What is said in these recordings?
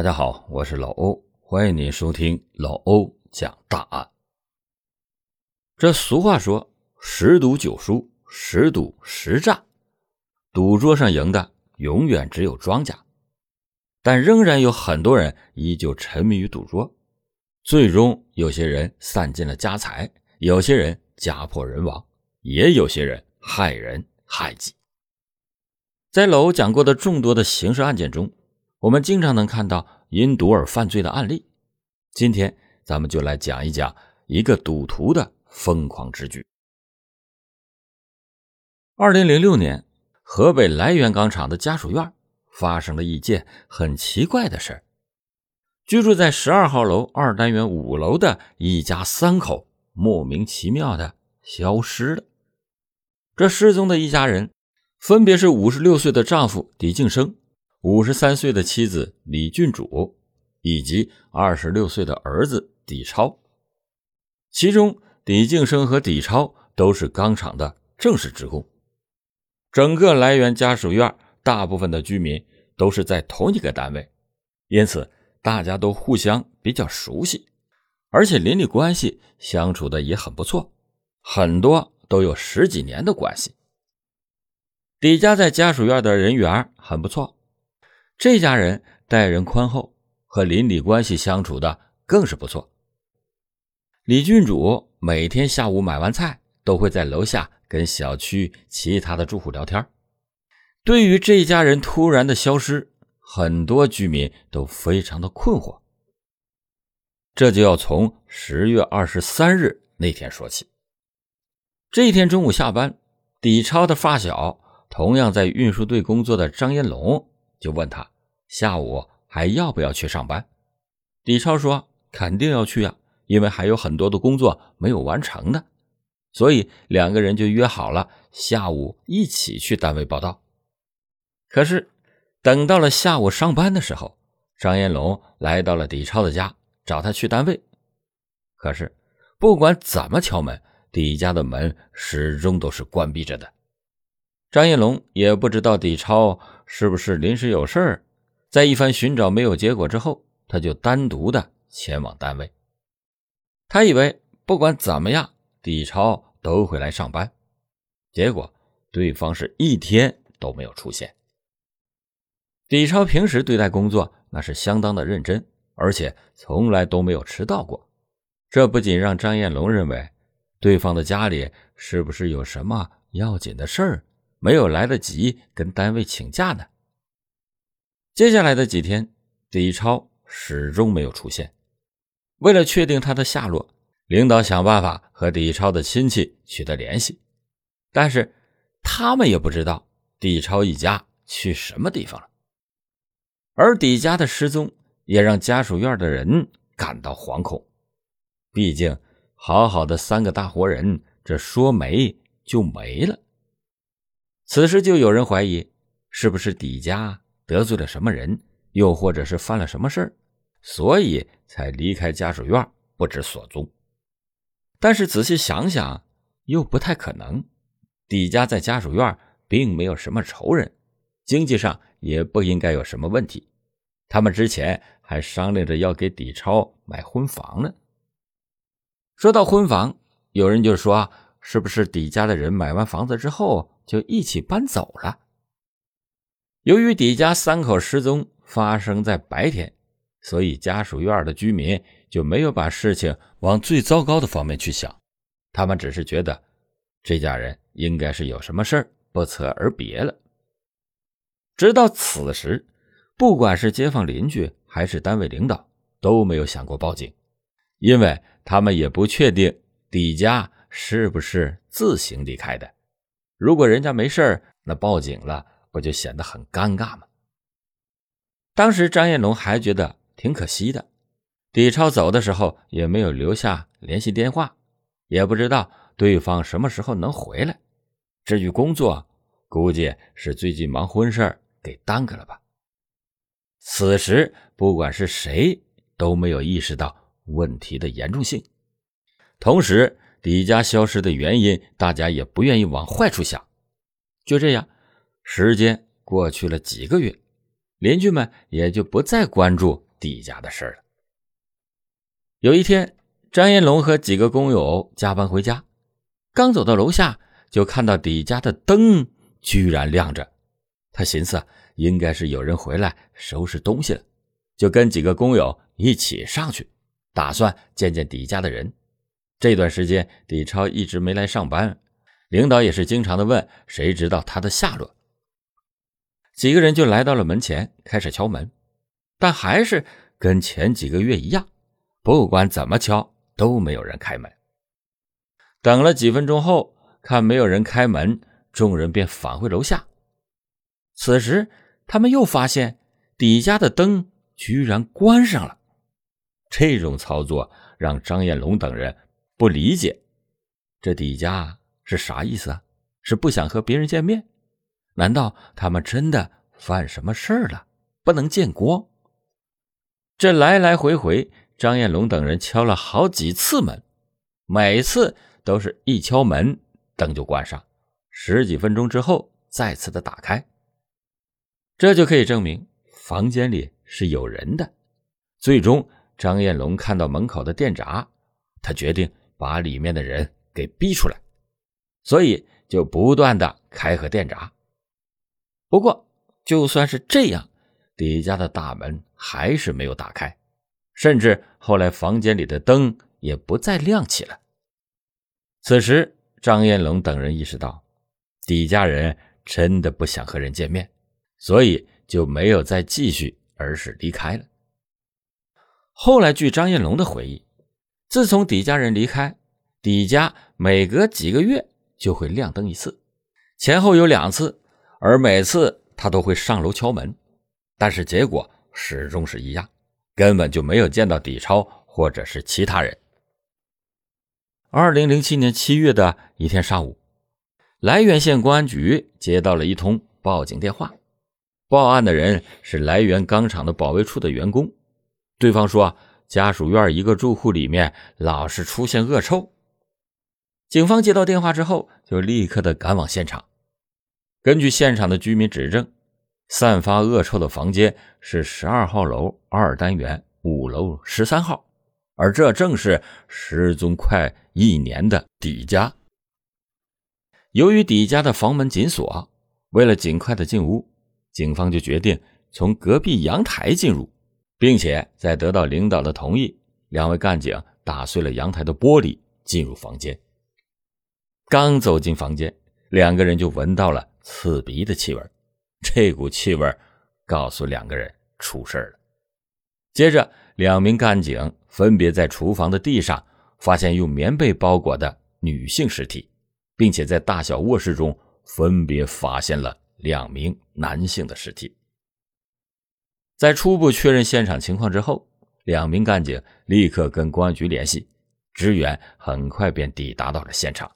大家好，我是老欧，欢迎您收听老欧讲大案。这俗话说十赌九输，十赌十诈，赌桌上赢的永远只有庄家，但仍然有很多人依旧沉迷于赌桌，最终有些人散尽了家财，有些人家破人亡，也有些人害人害己。在老欧讲过的众多的刑事案件中，我们经常能看到因赌而犯罪的案例。今天咱们就来讲一讲一个赌徒的疯狂之举。2006年，河北涞源钢厂的家属院发生了一件很奇怪的事。居住在12号楼2单元5楼的一家3口莫名其妙的消失了。这失踪的一家人分别是56岁的丈夫狄敬生、53岁的妻子李俊主以及26岁的儿子狄超。其中狄敬生和狄超都是钢厂的正式职工。整个涞源家属院大部分的居民都是在同一个单位，因此大家都互相比较熟悉，而且邻里关系相处的也很不错，很多都有10几年的关系。狄家在家属院的人缘很不错，这家人待人宽厚，和邻里关系相处的更是不错。李郡主每天下午买完菜都会在楼下跟小区其他的住户聊天。对于这家人突然的消失，很多居民都非常的困惑。这就要从10月23日那天说起。这一天中午下班，狄超的发小同样在运输队工作的张彦龙就问他下午还要不要去上班。狄超说肯定要去啊，因为还有很多的工作没有完成呢，所以两个人就约好了下午一起去单位报到。可是等到了下午上班的时候，张彦龙来到了狄超的家找他去单位。可是不管怎么敲门，狄家的门始终都是关闭着的。张彦龙也不知道狄超是不是临时有事儿，在一番寻找没有结果之后，他就单独的前往单位。他以为不管怎么样狄超都会来上班，结果对方是一天都没有出现。狄超平时对待工作那是相当的认真，而且从来都没有迟到过。这不仅让张彦龙认为对方的家里是不是有什么要紧的事儿，没有来得及跟单位请假呢。接下来的几天，狄超始终没有出现。为了确定他的下落，领导想办法和狄超的亲戚取得联系，但是他们也不知道狄超一家去什么地方了。而狄家的失踪也让家属院的人感到惶恐，毕竟好好的3个大活人，这说没就没了。此时就有人怀疑是不是狄家得罪了什么人，又或者是犯了什么事儿，所以才离开家属院不知所踪。但是仔细想想又不太可能，狄家在家属院并没有什么仇人，经济上也不应该有什么问题，他们之前还商量着要给狄超买婚房呢。说到婚房，有人就说是不是狄家的人买完房子之后就一起搬走了。由于狄家3口失踪发生在白天，所以家属院的居民就没有把事情往最糟糕的方面去想，他们只是觉得这家人应该是有什么事儿不辞而别了。直到此时，不管是街坊邻居还是单位领导都没有想过报警，因为他们也不确定狄家是不是自行离开的。如果人家没事，那报警了不就显得很尴尬吗？当时张彦龙还觉得挺可惜的，狄超走的时候也没有留下联系电话，也不知道对方什么时候能回来。至于工作，估计是最近忙婚事给耽搁了吧。此时不管是谁都没有意识到问题的严重性，同时狄家消失的原因大家也不愿意往坏处想。就这样，时间过去了几个月，邻居们也就不再关注底家的事了。有一天，张彦龙和几个工友加班回家，刚走到楼下就看到底家的灯居然亮着。他寻思应该是有人回来收拾东西了，就跟几个工友一起上去，打算见见底家的人。这段时间底超一直没来上班，领导也是经常的问谁知道他的下落。几个人就来到了门前，开始敲门，但还是跟前几个月一样，不管怎么敲都没有人开门。等了几分钟后，看没有人开门，众人便返回楼下。此时他们又发现底家的灯居然关上了。这种操作让张彦龙等人不理解，这底家是啥意思啊？是不想和别人见面？难道他们真的犯什么事儿了，不能见光？这来来回回，张彦龙等人敲了好几次门，每次都是一敲门灯就关上，10几分钟之后再次的打开。这就可以证明房间里是有人的。最终张彦龙看到门口的电闸，他决定把里面的人给逼出来，所以就不断的开合电闸。不过就算是这样，底家的大门还是没有打开，甚至后来房间里的灯也不再亮起了。此时张彦龙等人意识到底家人真的不想和人见面，所以就没有再继续，而是离开了。后来据张彦龙的回忆，自从底家人离开，底家每隔几个月就会亮灯一次，前后有2次，而每次他都会上楼敲门，但是结果始终是一样，根本就没有见到底超或者是其他人。2007年7月的一天上午，涞源县公安局接到了一通报警电话，报案的人是涞源钢厂的保卫处的员工，对方说家属院一个住户里面老是出现恶臭。警方接到电话之后就立刻的赶往现场。根据现场的居民指证，散发恶臭的房间是12号楼2单元5楼13号，而这正是失踪快1年的底家。由于底家的房门紧锁，为了尽快的进屋，警方就决定从隔壁阳台进入，并且在得到领导的同意，2位干警打碎了阳台的玻璃进入房间。刚走进房间，2个人就闻到了刺鼻的气味，这股气味告诉2个人出事了。接着2名干警分别在厨房的地上发现用棉被包裹的女性尸体，并且在大小卧室中分别发现了2名男性的尸体。在初步确认现场情况之后，2名干警立刻跟公安局联系，支援很快便抵达到了现场。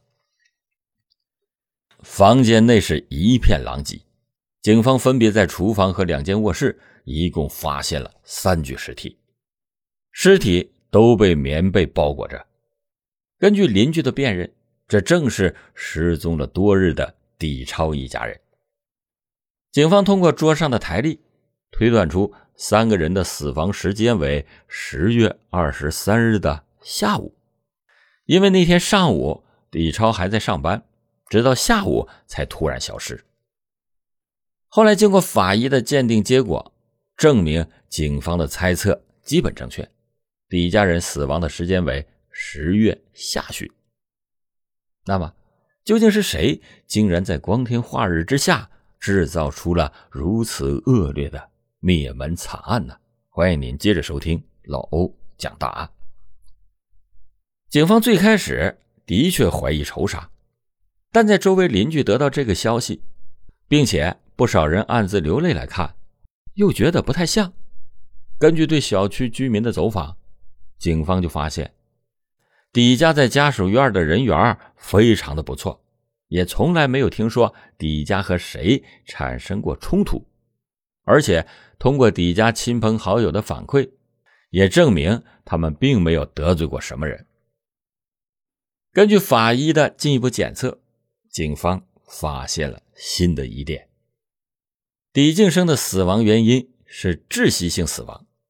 房间内是一片狼藉，警方分别在厨房和2间卧室一共发现了3具尸体，尸体都被棉被包裹着。根据邻居的辨认，这正是失踪了多日的底超一家人。警方通过桌上的台历推断出3个人的死亡时间为10月23日的下午，因为那天上午底超还在上班，直到下午才突然消失。后来经过法医的鉴定结果，证明警方的猜测基本正确，底家人死亡的时间为10月下旬。那么究竟是谁竟然在光天化日之下制造出了如此恶劣的灭门惨案呢？欢迎您接着收听老欧讲大案。警方最开始的确怀疑仇杀，但在周围邻居得到这个消息，并且不少人暗自流泪来看，又觉得不太像。根据对小区居民的走访，警方就发现底家在家属院的人缘非常的不错，也从来没有听说底家和谁产生过冲突，而且通过底家亲朋好友的反馈，也证明他们并没有得罪过什么人。根据法医的进一步检测，警方发现了新的疑点。底静生的死亡原因是窒息性死亡，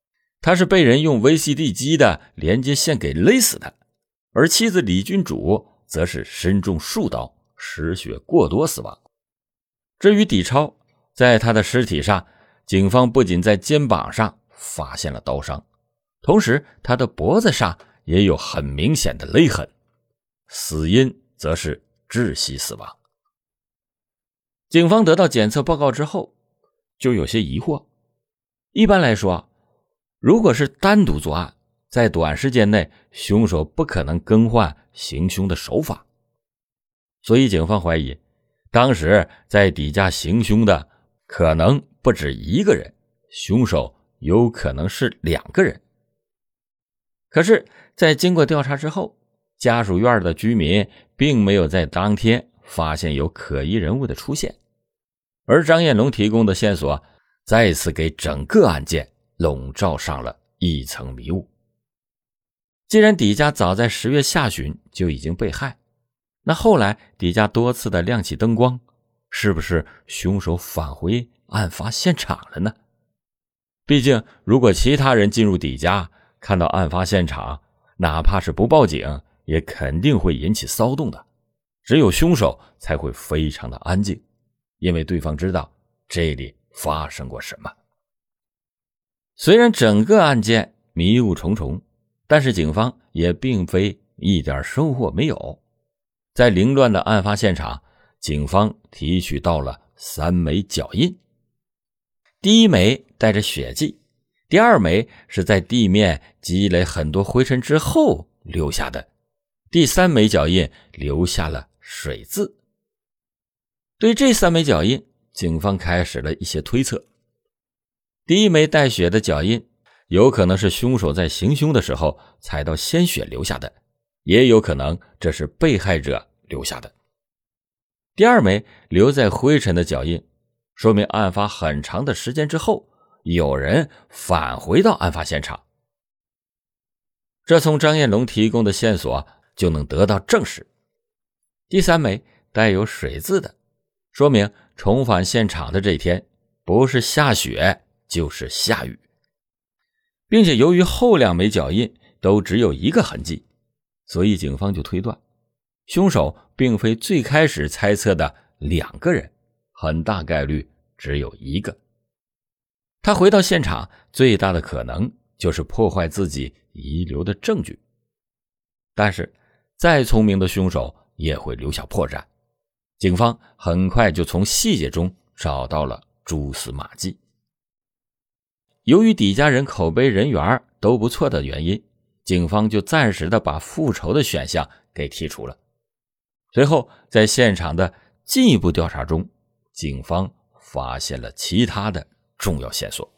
他是被人用 VCD 机的连接线给勒死的，而妻子李君主则是身中数刀，失血过多死亡。至于李超，在他的尸体上，警方不仅在肩膀上发现了刀伤，同时他的脖子上也有很明显的勒痕，死因则是窒息死亡。警方得到检测报告之后，就有些疑惑。一般来说，如果是单独作案，在短时间内凶手不可能更换行凶的手法，所以警方怀疑当时在底家行凶的可能不止一个人，凶手有可能是2个人。可是在经过调查之后，家属院的居民并没有在当天发现有可疑人物的出现，而张彦龙提供的线索再次给整个案件笼罩上了一层迷雾。既然底家早在10月下旬就已经被害，那后来底家多次的亮起灯光，是不是凶手返回案发现场了呢？毕竟如果其他人进入底家看到案发现场，哪怕是不报警也肯定会引起骚动的，只有凶手才会非常的安静，因为对方知道这里发生过什么。虽然整个案件迷雾重重，但是警方也并非一点收获没有。在凌乱的案发现场，警方提取到了3枚脚印。第一枚带着血迹，第二枚是在地面积累很多灰尘之后留下的，第3枚脚印留下了水渍。对这3枚脚印，警方开始了一些推测。第一枚带血的脚印有可能是凶手在行凶的时候踩到鲜血留下的，也有可能这是被害者留下的。第二枚留在灰尘的脚印，说明案发很长的时间之后，有人返回到案发现场。这从张彦龙提供的线索就能得到证实。第3枚带有水渍的，说明重返现场的这天不是下雪就是下雨，并且由于后2枚脚印都只有一个痕迹，所以警方就推断凶手并非最开始猜测的2个人，很大概率只有1个。他回到现场最大的可能就是破坏自己遗留的证据，但是再聪明的凶手也会留下破绽。警方很快就从细节中找到了蛛丝马迹。由于底家人口碑人缘都不错的原因，警方就暂时的把复仇的选项给剔除了。随后在现场的进一步调查中，警方发现了其他的重要线索。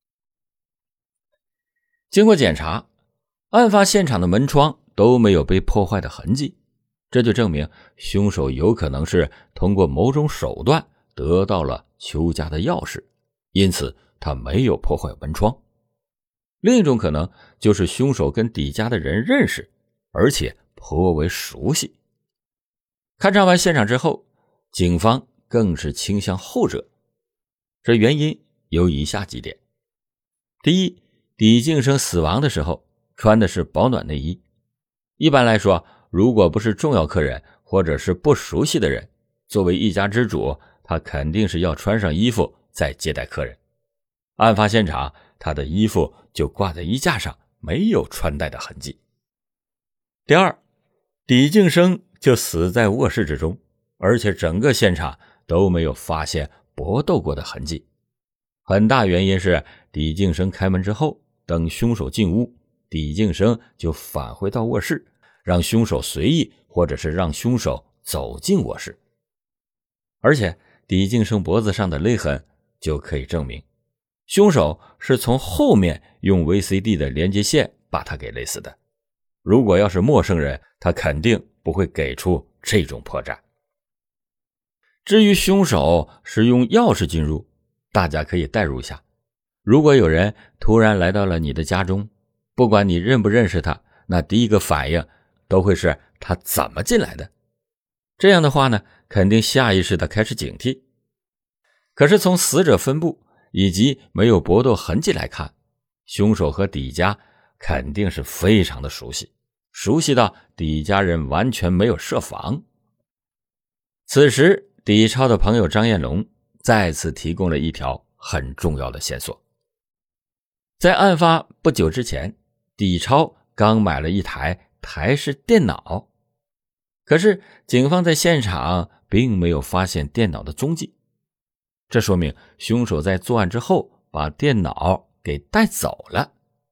经过检查，案发现场的门窗都没有被破坏的痕迹，这就证明凶手有可能是通过某种手段得到了邱家的钥匙，因此他没有破坏门窗。另一种可能就是凶手跟底家的人认识，而且颇为熟悉。勘察完现场之后，警方更是倾向后者。这原因有以下几点。第一，李晋生死亡的时候穿的是保暖内衣。一般来说，如果不是重要客人或者是不熟悉的人，作为一家之主，他肯定是要穿上衣服再接待客人。案发现场，他的衣服就挂在衣架上，没有穿戴的痕迹。第二，李晋生就死在卧室之中，而且整个现场都没有发现搏斗过的痕迹。很大原因是李晋生开门之后，等凶手进屋，李晋生就返回到卧室，让凶手随意或者是让凶手走进卧室。而且李晋生脖子上的勒痕就可以证明凶手是从后面用 VCD 的连接线把他给勒死的。如果要是陌生人，他肯定不会给出这种破绽。至于凶手是用钥匙进入，大家可以代入一下，如果有人突然来到了你的家中，不管你认不认识他，那第一个反应都会是他怎么进来的。这样的话呢，肯定下意识地开始警惕。可是从死者分布以及没有搏斗痕迹来看， 凶手和底家肯定是非常的熟悉，熟悉到底家人完全没有设防。此时底超的朋友张彦龙再次提供了一条很重要的线索。在案发不久之前，底超刚买了一台台式电脑，可是警方在现场并没有发现电脑的踪迹，这说明凶手在作案之后把电脑给带走了。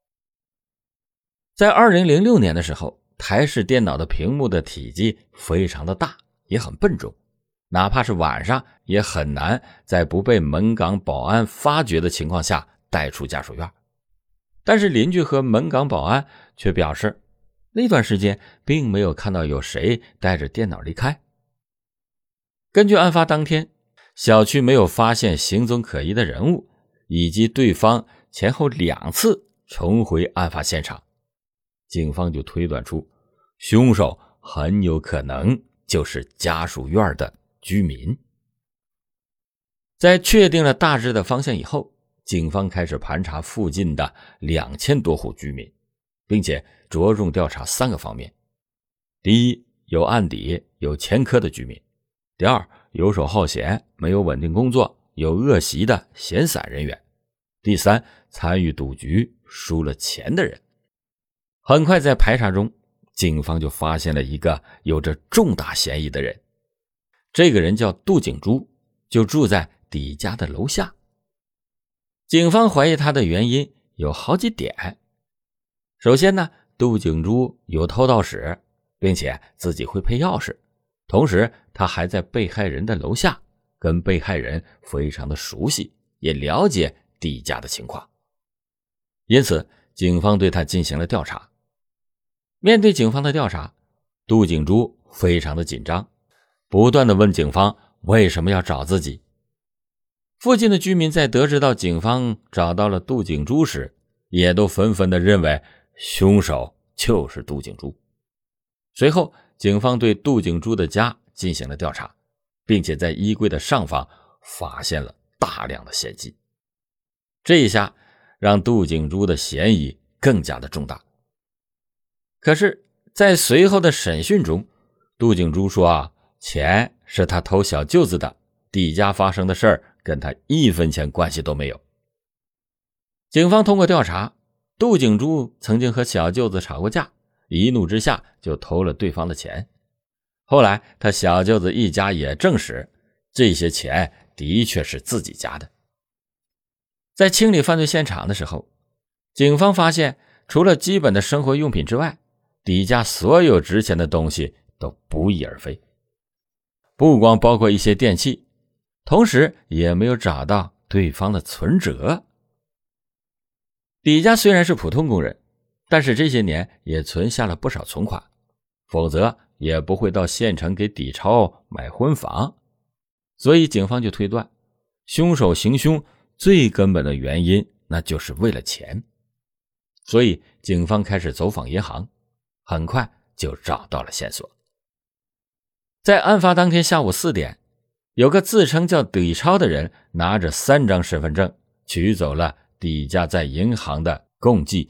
在2006年的时候，台式电脑的屏幕的体积非常的大，也很笨重，哪怕是晚上也很难在不被门岗保安发觉的情况下带出家属院。但是邻居和门岗保安却表示，那段时间并没有看到有谁带着电脑离开。根据案发当天小区没有发现行踪可疑的人物，以及对方前后2次重回案发现场，警方就推断出凶手很有可能就是家属院的居民。在确定了大致的方向以后，警方开始盘查附近的2000多户居民，并且着重调查3个方面。第一，有案底有前科的居民；第二，游手好闲没有稳定工作有恶习的闲散人员；第三，参与赌局输了钱的人。很快在排查中，警方就发现了一个有着重大嫌疑的人，这个人叫杜景珠，就住在底家的楼下。警方怀疑他的原因有好几点。首先呢，杜景珠有偷盗史，并且自己会配钥匙，同时他还在被害人的楼下，跟被害人非常的熟悉，也了解底家的情况。因此警方对他进行了调查。面对警方的调查，杜景珠非常的紧张，不断的问警方为什么要找自己。附近的居民在得知到警方找到了杜景珠时，也都纷纷的认为凶手就是杜景珠。随后警方对杜景珠的家进行了调查，并且在衣柜的上方发现了大量的血迹。这一下让杜景珠的嫌疑更加的重大。可是在随后的审讯中，杜景珠说钱是他偷小舅子的，底家发生的事儿跟他1分钱关系都没有。警方通过调查，杜景珠曾经和小舅子吵过架，一怒之下就偷了对方的钱。后来他小舅子一家也证实，这些钱的确是自己家的。在清理犯罪现场的时候，警方发现除了基本的生活用品之外，底家所有值钱的东西都不翼而飞，不光包括一些电器，同时也没有找到对方的存折。底家虽然是普通工人，但是这些年也存下了不少存款，否则也不会到县城给底超买婚房。所以警方就推断，凶手行凶最根本的原因那就是为了钱。所以警方开始走访银行，很快就找到了线索。在案发当天下午4点，有个自称叫底超的人拿着3张身份证取走了底家在银行的共计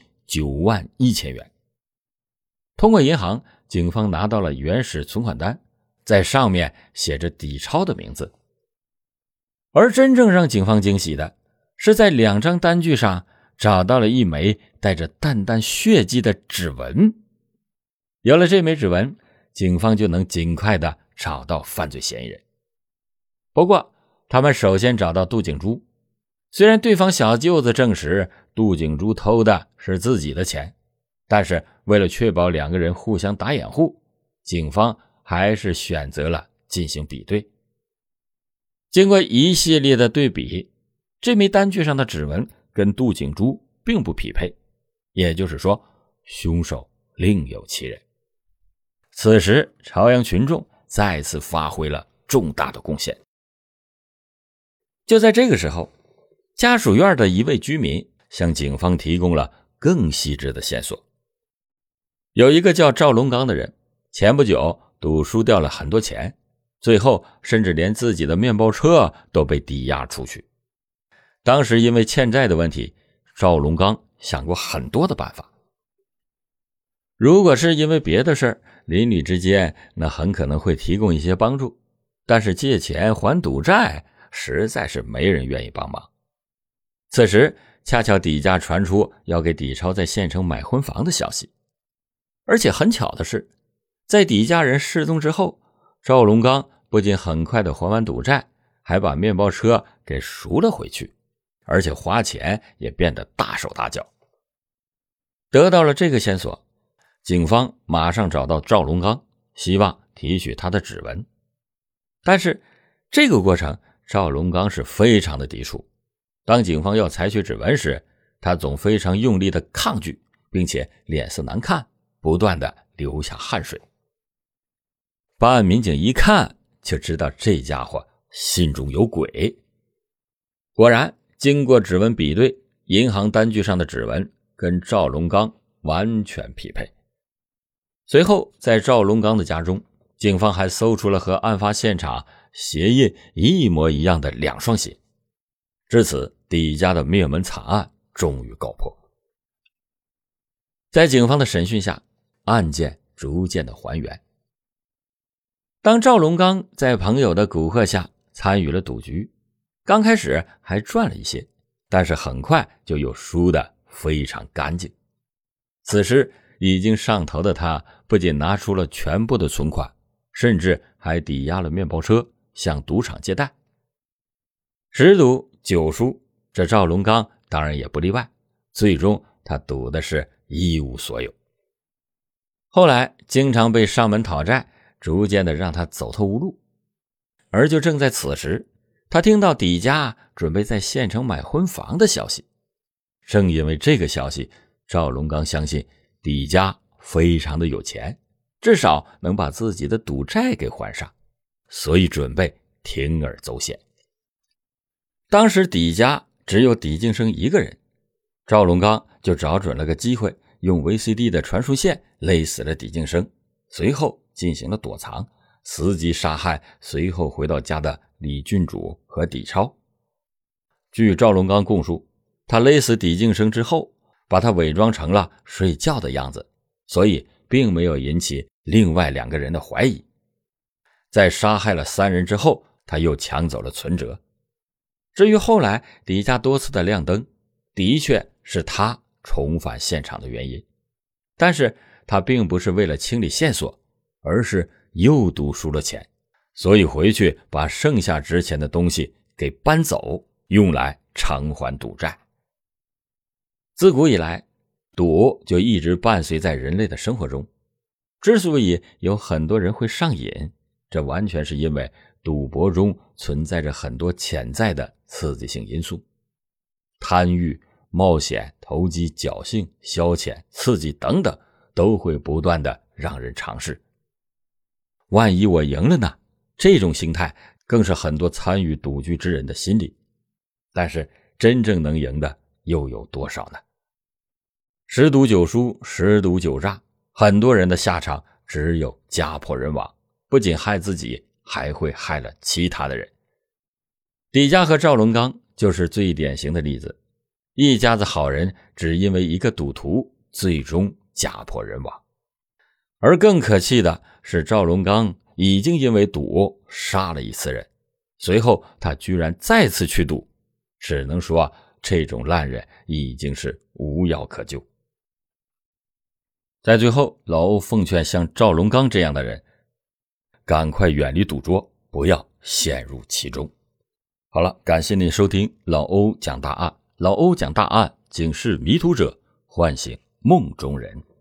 91000元。通过银行，警方拿到了原始存款单，在上面写着底超的名字。而真正让警方惊喜的是，在2张单据上找到了一枚带着淡淡血迹的指纹。有了这枚指纹，警方就能尽快的找到犯罪嫌疑人。不过他们首先找到杜景珠，虽然对方小舅子证实杜景珠偷的是自己的钱，但是为了确保2个人互相打掩护，警方还是选择了进行比对。经过一系列的对比，这枚单据上的指纹跟杜景珠并不匹配，也就是说凶手另有其人。此时朝阳群众再次发挥了重大的贡献。就在这个时候，家属院的一位居民向警方提供了更细致的线索。有一个叫赵龙刚的人，前不久赌输掉了很多钱，最后甚至连自己的面包车都被抵押出去。当时因为欠债的问题，赵龙刚想过很多的办法。如果是因为别的事儿，邻里之间那很可能会提供一些帮助，但是借钱还赌债，实在是没人愿意帮忙。此时恰巧底家传出要给底超在县城买婚房的消息，而且很巧的是，在底家人失踪之后，赵龙刚不仅很快的还完赌债，还把面包车给赎了回去，而且花钱也变得大手大脚。得到了这个线索，警方马上找到赵龙刚，希望提取他的指纹。但是这个过程赵龙刚是非常的抵触，当警方要采取指纹时，他总非常用力的抗拒，并且脸色难看，不断的流下汗水。办案民警一看就知道这家伙心中有鬼。果然经过指纹比对，银行单据上的指纹跟赵龙刚完全匹配。随后在赵龙刚的家中，警方还搜出了和案发现场鞋印一模一样的2双鞋。至此底家的灭门惨案终于告破。在警方的审讯下，案件逐渐的还原。当赵龙刚在朋友的蛊惑下参与了赌局，刚开始还赚了一些，但是很快就又输得非常干净。此时已经上头的他不仅拿出了全部的存款，甚至还抵押了面包车向赌场借贷。10赌9输，这赵龙刚当然也不例外，最终他赌的是一无所有。后来经常被上门讨债，逐渐的让他走投无路。而就正在此时，他听到底家准备在县城买婚房的消息。正因为这个消息，赵龙刚相信底家非常的有钱，至少能把自己的赌债给还上，所以准备铤而走险。当时底家只有底静生一个人，赵龙刚就找准了个机会，用 VCD 的传输线勒死了底静生，随后进行了躲藏，伺机杀害随后回到家的李郡主和底超。据赵龙刚供述，他勒死底静生之后，把他伪装成了睡觉的样子，所以并没有引起另外2个人的怀疑。在杀害了3人之后，他又抢走了存折。至于后来底家多次的亮灯，的确是他重返现场的原因，但是他并不是为了清理线索，而是又赌输了钱，所以回去把剩下值钱的东西给搬走，用来偿还赌债。自古以来，赌就一直伴随在人类的生活中。之所以有很多人会上瘾，这完全是因为赌博中存在着很多潜在的刺激性因素。贪欲、冒险、投机、侥幸、消遣、刺激等等，都会不断的让人尝试。万一我赢了呢？这种心态更是很多参与赌局之人的心理。但是真正能赢的又有多少呢？10赌9输，10赌9诈，很多人的下场只有家破人亡，不仅害自己，还会害了其他的人。底家和赵龙刚就是最典型的例子，一家子好人只因为一个赌徒，最终家破人亡。而更可气的是，赵龙刚已经因为赌杀了1次人，随后他居然再次去赌，只能说这种烂人已经是无药可救。在最后，老欧奉劝像赵龙刚这样的人，赶快远离赌桌，不要陷入其中。好了，感谢您收听老欧讲大案，老欧讲大案，警示迷途者，唤醒梦中人。